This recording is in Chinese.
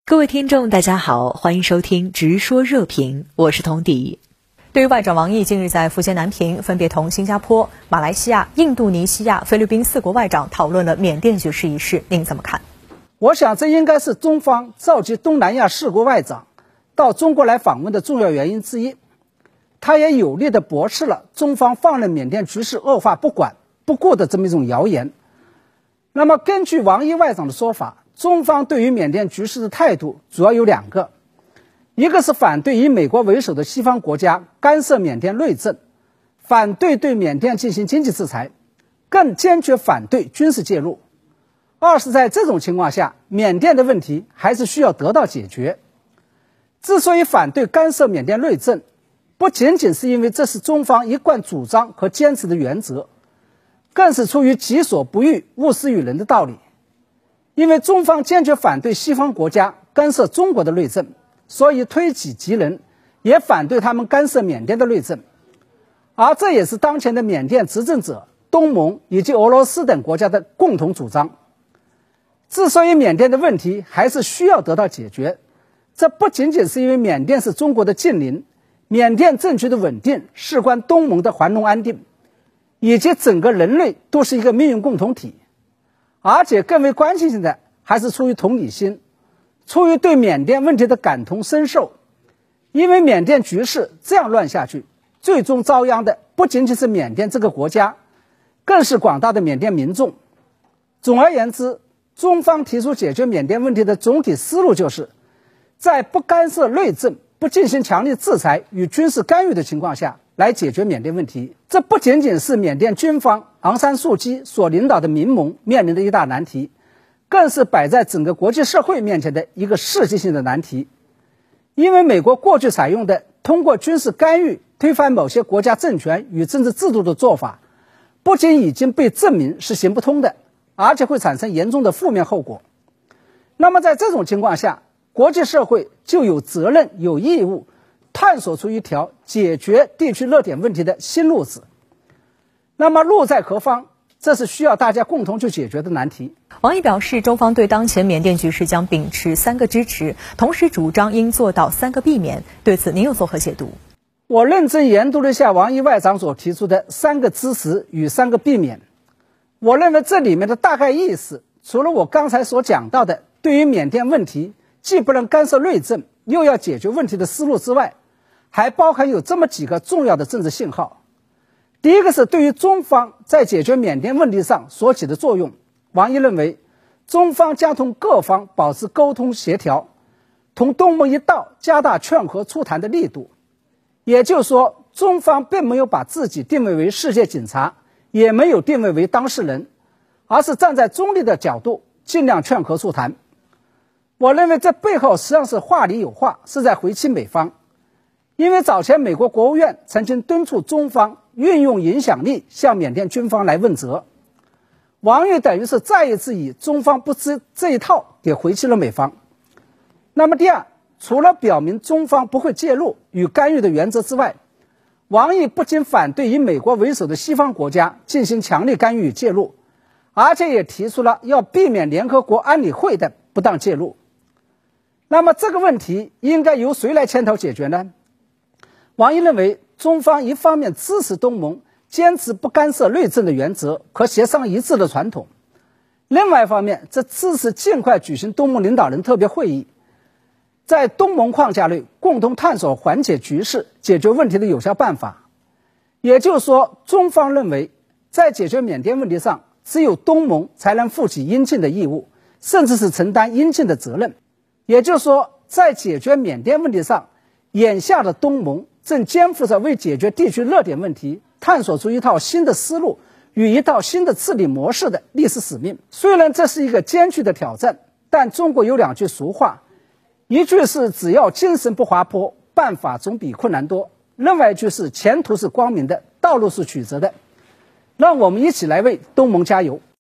各位听众大家好，欢迎收听直说热评，我是童迪。对于外长王毅近日在福建南平分别同新加坡、马来西亚、印度尼西亚、菲律宾4国外长讨论了缅甸局势一事，您怎么看？ 我想这应该是中方召集东南亚4国外长到中国来访问的重要原因之一。它也有力地驳斥了中方放任缅甸局势恶化不管不顾的这么一种谣言。那么根据王毅外长的说法，中方对于缅甸局势的态度主要有2个，一个是反对以美国为首的西方国家干涉缅甸内政，反对对缅甸进行经济制裁，更坚决反对军事介入。二是在这种情况下，缅甸的问题还是需要得到解决。之所以反对干涉缅甸内政，不仅仅是因为这是中方一贯主张和坚持的原则，更是出于己所不欲，勿施于人的道理。因为中方坚决反对西方国家干涉中国的内政，所以推己及人，也反对他们干涉缅甸的内政。而这也是当前的缅甸执政者、东盟以及俄罗斯等国家的共同主张。之所以缅甸的问题还是需要得到解决，这不仅仅是因为缅甸是中国的近邻，缅甸政局的稳定事关东盟的繁荣安定，以及整个人类都是一个命运共同体，而且更为关键性的还是出于同理心，出于对缅甸问题的感同身受。因为缅甸局势这样乱下去，最终遭殃的不仅仅是缅甸这个国家，更是广大的缅甸民众。总而言之，中方提出解决缅甸问题的总体思路就是在不干涉内政、不进行强力制裁与军事干预的情况下来解决缅甸问题。这不仅仅是缅甸军方昂山素姬所领导的民盟面临的一大难题，更是摆在整个国际社会面前的一个世纪性的难题。因为美国过去采用的通过军事干预推翻某些国家政权与政治制度的做法，不仅已经被证明是行不通的，而且会产生严重的负面后果。那么在这种情况下，国际社会就有责任有义务探索出一条解决地区热点问题的新路子。那么路在何方？这是需要大家共同去解决的难题。 王毅表示，中方对当前缅甸局势将秉持3个支持，同时主张应做到3个避免。对此您有作何解读？ 我认真研读了一下王毅外长所提出的3个支持与3个避免。我认为这里面的大概意思，除了我刚才所讲到的对于缅甸问题既不能干涉内政又要解决问题的思路之外，还包含有这么几个重要的政治信号。第一个是对于中方在解决缅甸问题上所起的作用，王毅认为中方将同各方保持沟通协调，同东盟一道加大劝和促谈的力度。也就是说，中方并没有把自己定位为世界警察，也没有定位为当事人，而是站在中立的角度尽量劝和促谈。我认为这背后实际上是话里有话，是在回击美方。因为早前美国国务院曾经敦促中方运用影响力向缅甸军方来问责，王毅等于是再一次以中方不知这一套给回击了美方。那么第二，除了表明中方不会介入与干预的原则之外，王毅不仅反对以美国为首的西方国家进行强力干预与介入，而且也提出了要避免联合国安理会的不当介入。那么这个问题应该由谁来牵头解决呢？王毅认为，中方一方面支持东盟坚持不干涉内政的原则和协商一致的传统，另外一方面则支持尽快举行东盟领导人特别会议，在东盟框架内共同探索缓解局势、解决问题的有效办法。也就是说，中方认为在解决缅甸问题上，只有东盟才能负起应尽的义务，甚至是承担应尽的责任。也就是说，在解决缅甸问题上，眼下的东盟正肩负着为解决地区热点问题探索出一套新的思路与一套新的治理模式的历史使命。虽然这是一个艰巨的挑战，但中国有2句俗话，一句是只要精神不滑坡，办法总比困难多，另外一句是前途是光明的，道路是曲折的。让我们一起来为东盟加油。